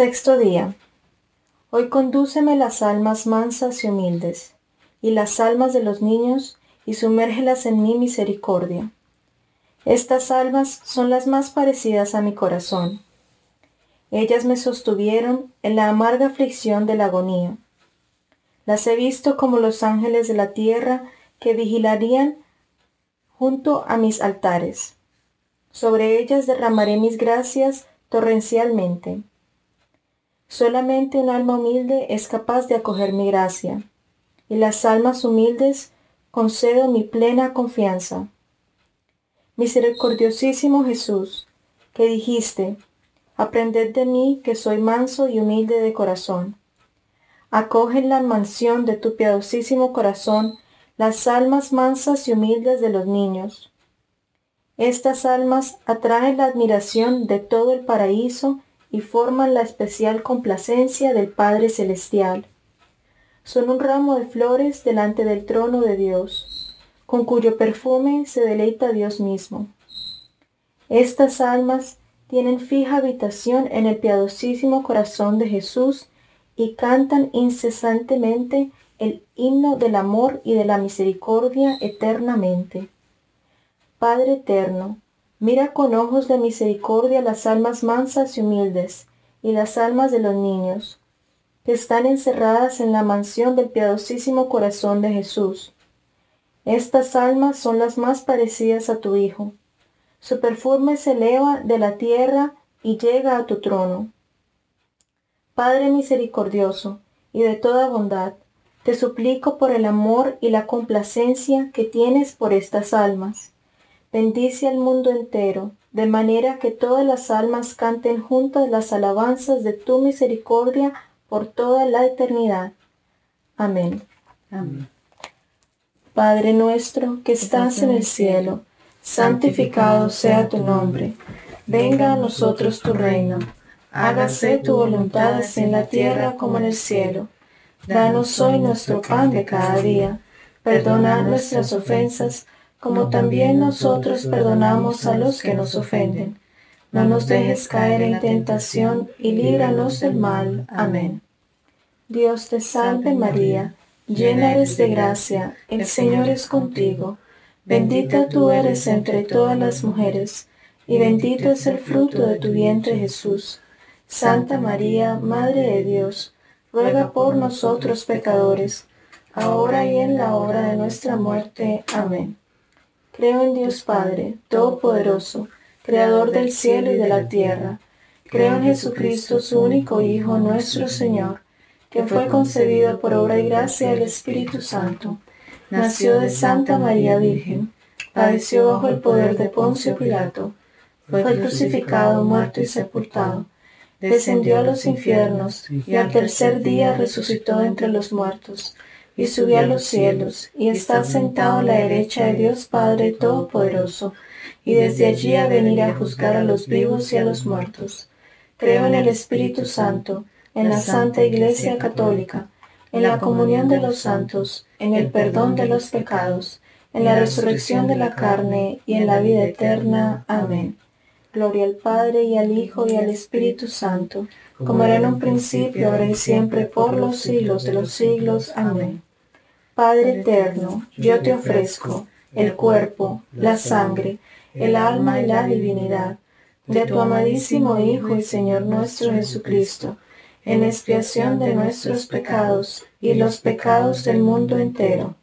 Sexto día. Hoy condúceme las almas mansas y humildes, y las almas de los niños, y sumérgelas en mi misericordia. Estas almas son las más parecidas a mi corazón. Ellas me sostuvieron en la amarga aflicción de la agonía. Las he visto como los ángeles de la tierra que vigilarían junto a mis altares. Sobre ellas derramaré mis gracias torrencialmente. Solamente un alma humilde es capaz de acoger mi gracia, y las almas humildes concedo mi plena confianza. Misericordiosísimo Jesús, que dijiste, aprended de mí que soy manso y humilde de corazón. Acoge en la mansión de tu piadosísimo corazón las almas mansas y humildes de los niños. Estas almas atraen la admiración de todo el paraíso y forman la especial complacencia del Padre Celestial. Son un ramo de flores delante del trono de Dios, con cuyo perfume se deleita Dios mismo. Estas almas tienen fija habitación en el piadosísimo corazón de Jesús y cantan incesantemente el himno del amor y de la misericordia eternamente. Padre eterno, mira con ojos de misericordia las almas mansas y humildes, y las almas de los niños, que están encerradas en la mansión del piadosísimo corazón de Jesús. Estas almas son las más parecidas a tu Hijo. Su perfume se eleva de la tierra y llega a tu trono. Padre misericordioso y de toda bondad, te suplico por el amor y la complacencia que tienes por estas almas. Bendice al mundo entero, de manera que todas las almas canten juntas las alabanzas de tu misericordia por toda la eternidad. Amén. Amén. Padre nuestro que estás en el cielo, santificado sea tu nombre. Venga a nosotros tu reino. Hágase tu voluntad así en la tierra como en el cielo. Danos hoy nuestro pan de cada día. Perdona nuestras ofensas, como también nosotros perdonamos a los que nos ofenden. No nos dejes caer en tentación y líbranos del mal. Amén. Dios te salve María, llena eres de gracia, el Señor es contigo. Bendita tú eres entre todas las mujeres, y bendito es el fruto de tu vientre Jesús. Santa María, Madre de Dios, ruega por nosotros pecadores, ahora y en la hora de nuestra muerte. Amén. Creo en Dios Padre, Todopoderoso, Creador del cielo y de la tierra. Creo en Jesucristo, su único Hijo, nuestro Señor, que fue concebido por obra y gracia del Espíritu Santo. Nació de Santa María Virgen, padeció bajo el poder de Poncio Pilato, fue crucificado, muerto y sepultado. Descendió a los infiernos y al tercer día resucitó entre los muertos y subió a los cielos, y está sentado a la derecha de Dios Padre Todopoderoso, y desde allí a venir a juzgar a los vivos y a los muertos. Creo en el Espíritu Santo, en la Santa Iglesia Católica, en la comunión de los santos, en el perdón de los pecados, en la resurrección de la carne y en la vida eterna. Amén. Gloria al Padre, y al Hijo, y al Espíritu Santo, como era en un principio, ahora y siempre, por los siglos de los siglos. Amén. Padre eterno, yo te ofrezco el cuerpo, la sangre, el alma y la divinidad de tu amadísimo Hijo y Señor nuestro Jesucristo, en expiación de nuestros pecados y los pecados del mundo entero.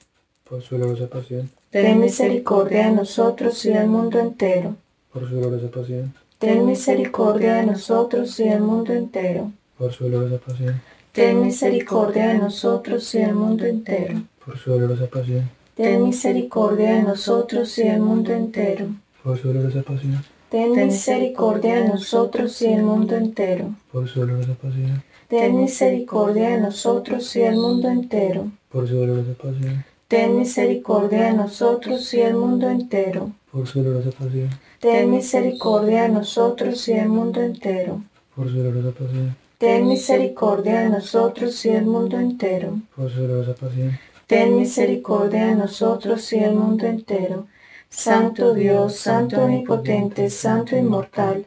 Por su dolorosa pasión, Ten misericordia de nosotros y del mundo entero. por su dolorosa pasión, Ten misericordia de nosotros y del mundo entero. por su dolorosa pasión, Ten misericordia de nosotros y del mundo entero. por su dolorosa pasión, Ten misericordia de nosotros y del mundo entero. por su dolorosa pasión, Ten misericordia de nosotros y del mundo entero. por su dolorosa pasión, Ten misericordia de nosotros y del mundo entero. por su dolorosa pasión, Ten misericordia de nosotros y del mundo entero. por su dolorosa pasión, Ten misericordia de nosotros y del mundo entero. por su dolorosa pasión, Ten misericordia de nosotros y del mundo entero. por su dolorosa pasión, Ten misericordia de nosotros y del mundo entero. Santo Dios, Santo omnipotente, Santo inmortal,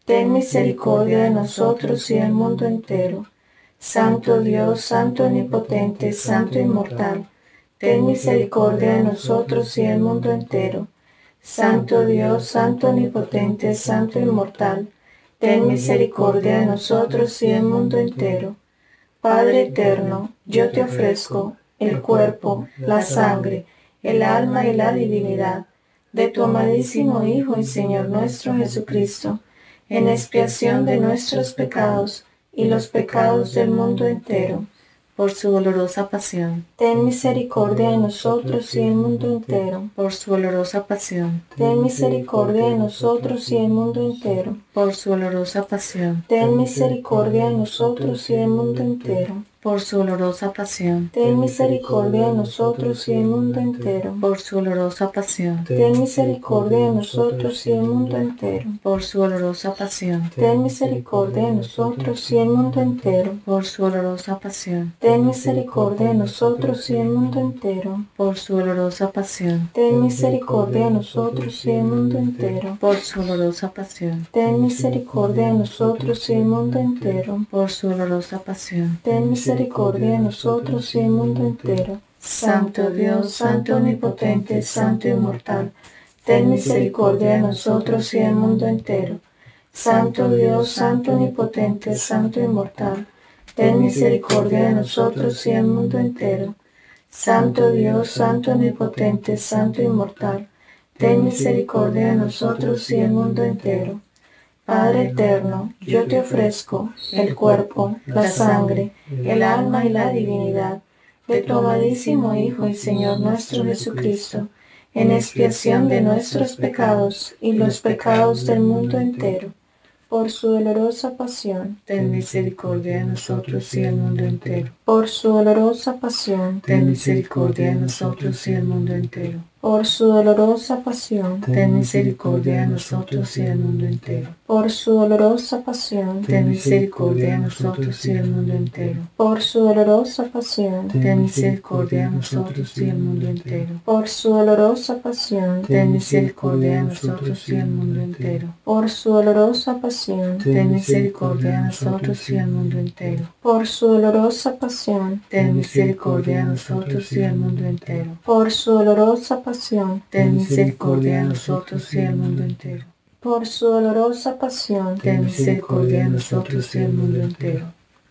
ten misericordia de nosotros y del mundo entero. Santo Dios, Santo omnipotente, Santo inmortal, ten misericordia de nosotros y del mundo entero. Santo Dios, Santo omnipotente, Santo inmortal, ten misericordia de nosotros y del mundo entero. Padre eterno, yo te ofrezco el cuerpo, la sangre, el alma y la divinidad de tu amadísimo Hijo y Señor nuestro Jesucristo, en expiación de nuestros pecados y los pecados del mundo entero. Por su dolorosa pasión, Ten misericordia de nosotros y del mundo entero. por su dolorosa pasión, Ten misericordia de nosotros y del mundo entero. por su dolorosa pasión, Ten misericordia de nosotros y del mundo entero. por su dolorosa pasión, Ten misericordia de nosotros y del mundo entero. por su dolorosa pasión, Ten misericordia de nosotros y del mundo entero. por su dolorosa pasión, Ten misericordia de nosotros y del mundo entero. por su dolorosa pasión, Ten misericordia de nosotros y del mundo entero. por su dolorosa pasión, Ten misericordia de nosotros y del mundo entero. por su dolorosa pasión, Ten misericordia de nosotros y del mundo entero. por su dolorosa pasión. Ten misericordia de nosotros y del mundo entero. Santo Dios, Santo omnipotente, Santo inmortal, ten misericordia de nosotros y del mundo entero. Santo Dios, Santo omnipotente, Santo inmortal, ten misericordia de nosotros y del mundo entero. Santo Dios, Santo omnipotente, Santo inmortal, ten misericordia de nosotros y del mundo entero. Padre eterno, yo te ofrezco el cuerpo, la sangre, el alma y la divinidad de tu amadísimo Hijo y Señor nuestro Jesucristo, en expiación de nuestros pecados y los pecados del mundo entero. Por su dolorosa pasión, Ten misericordia de nosotros y del mundo entero. por su dolorosa pasión, Ten misericordia de nosotros y del mundo entero. por su dolorosa pasión, Ten misericordia de nosotros y del mundo entero. por su dolorosa pasión, Ten misericordia de nosotros y del mundo entero. por su dolorosa pasión, Ten misericordia de nosotros y del mundo entero. por su dolorosa pasión, Ten misericordia de nosotros y del mundo entero. por su dolorosa pasión, Ten misericordia de nosotros y del mundo entero. por su dolorosa pasión, Ten misericordia de nosotros y del mundo entero. por su dolorosa pasión, Ten misericordia de nosotros y del mundo entero. por su dolorosa pasión. Ten misericordia de nosotros y del mundo entero.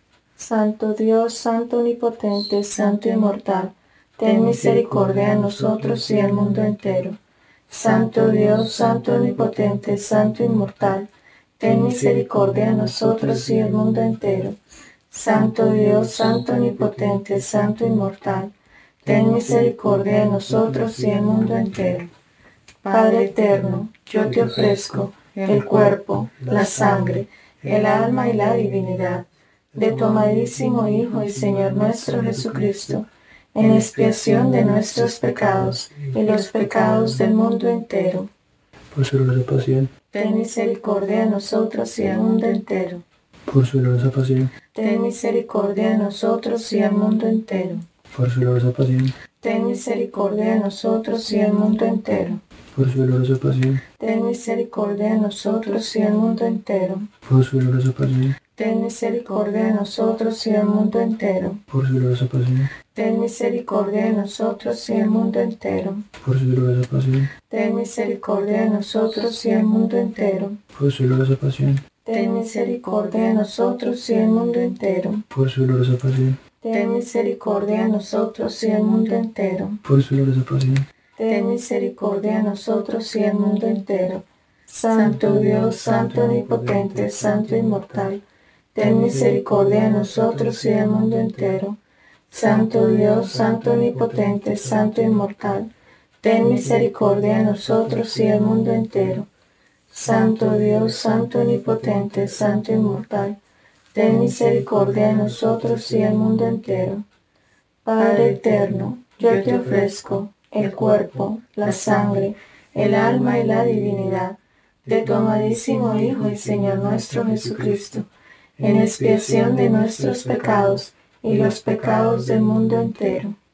Santo Dios, Santo omnipotente, Santo inmortal, ten misericordia de nosotros y del mundo entero. Santo Dios, Santo omnipotente, Santo inmortal, ten misericordia de nosotros y del mundo entero. Santo Dios, Santo omnipotente, Santo inmortal, ten misericordia de nosotros y del mundo entero. Padre eterno, yo te ofrezco el cuerpo, la sangre, el alma y la divinidad de tu amadísimo Hijo y Señor nuestro Jesucristo, en expiación de nuestros pecados y los pecados del mundo entero. Por su dolorosa pasión, Ten misericordia de nosotros y del mundo entero. por su dolorosa pasión, Ten misericordia de nosotros y del mundo entero. por su dolorosa pasión, Ten misericordia de nosotros y del mundo entero. por su dolorosa pasión, Ten misericordia de nosotros y del mundo entero. por su dolorosa pasión, Ten misericordia de nosotros y del mundo entero. por su dolorosa pasión, Ten misericordia de nosotros y del mundo entero. por su dolorosa pasión, Ten misericordia de nosotros y del mundo entero. por su dolorosa pasión, Ten misericordia de nosotros y del mundo entero. por su dolorosa pasión, Ten misericordia de nosotros y del mundo entero. por su dolorosa pasión, Ten misericordia de nosotros y del mundo entero. Santo Dios, Santo omnipotente, Santo inmortal, ten misericordia de nosotros y del mundo entero. Santo Dios, Santo omnipotente, Santo inmortal, ten misericordia de nosotros y del mundo entero. Santo Dios, Santo omnipotente, Santo inmortal, ten misericordia de nosotros y del mundo entero. Padre eterno, yo te ofrezco el cuerpo, la sangre, el alma y la divinidad de tu amadísimo Hijo y Señor nuestro Jesucristo, en expiación de nuestros pecados y los pecados del mundo entero.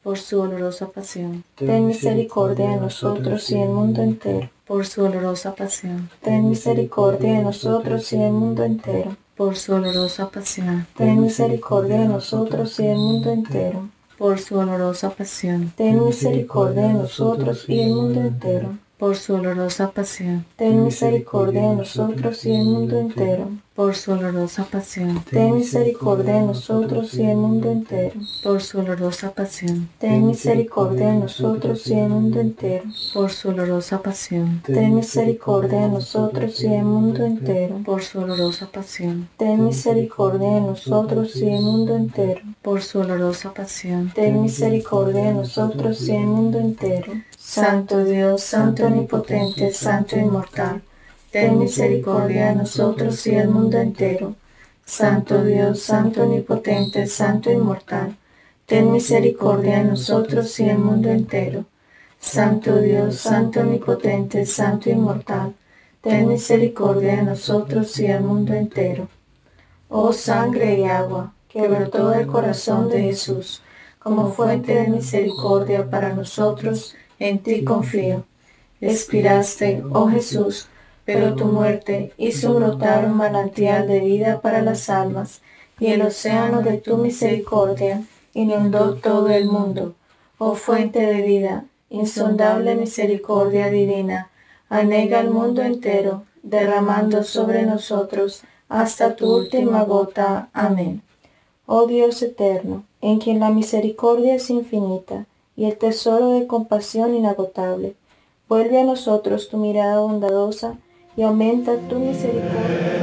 por su dolorosa pasión. Ten misericordia de nosotros y del mundo entero. Por su dolorosa pasión. Ten misericordia de nosotros y del mundo entero. Por su dolorosa pasión. Ten misericordia de nosotros y del mundo entero. Por su dolorosa pasión. Ten misericordia de nosotros y del mundo entero. Por su dolorosa pasión. Ten misericordia de nosotros y del mundo entero. Por su dolorosa pasión. Ten misericordia de nosotros y del mundo entero. Por su dolorosa pasión. Ten misericordia de nosotros y del mundo entero. Por su dolorosa pasión. Ten misericordia de nosotros y del mundo entero. Por su dolorosa pasión. Ten misericordia de nosotros y del mundo entero. Por su dolorosa pasión. Ten misericordia de nosotros y del mundo entero. Santo Dios, Santo omnipotente, Santo inmortal, ten misericordia de nosotros y del mundo entero. Santo Dios, Santo omnipotente, Santo inmortal, ten misericordia de nosotros y del mundo entero. Santo Dios, Santo omnipotente, Santo inmortal, ten misericordia de nosotros y del mundo entero. Oh sangre y agua, que brotó del corazón de Jesús, como fuente de misericordia para nosotros, en ti confío. Expiraste, oh Jesús, pero tu muerte hizo brotar un manantial de vida para las almas, y el océano de tu misericordia inundó todo el mundo. Oh fuente de vida, insondable misericordia divina, anega el mundo entero, derramando sobre nosotros hasta tu última gota. Amén. Oh Dios eterno, en quien la misericordia es infinita, y el tesoro de compasión inagotable, vuelve a nosotros tu mirada bondadosa y aumenta tu misericordia.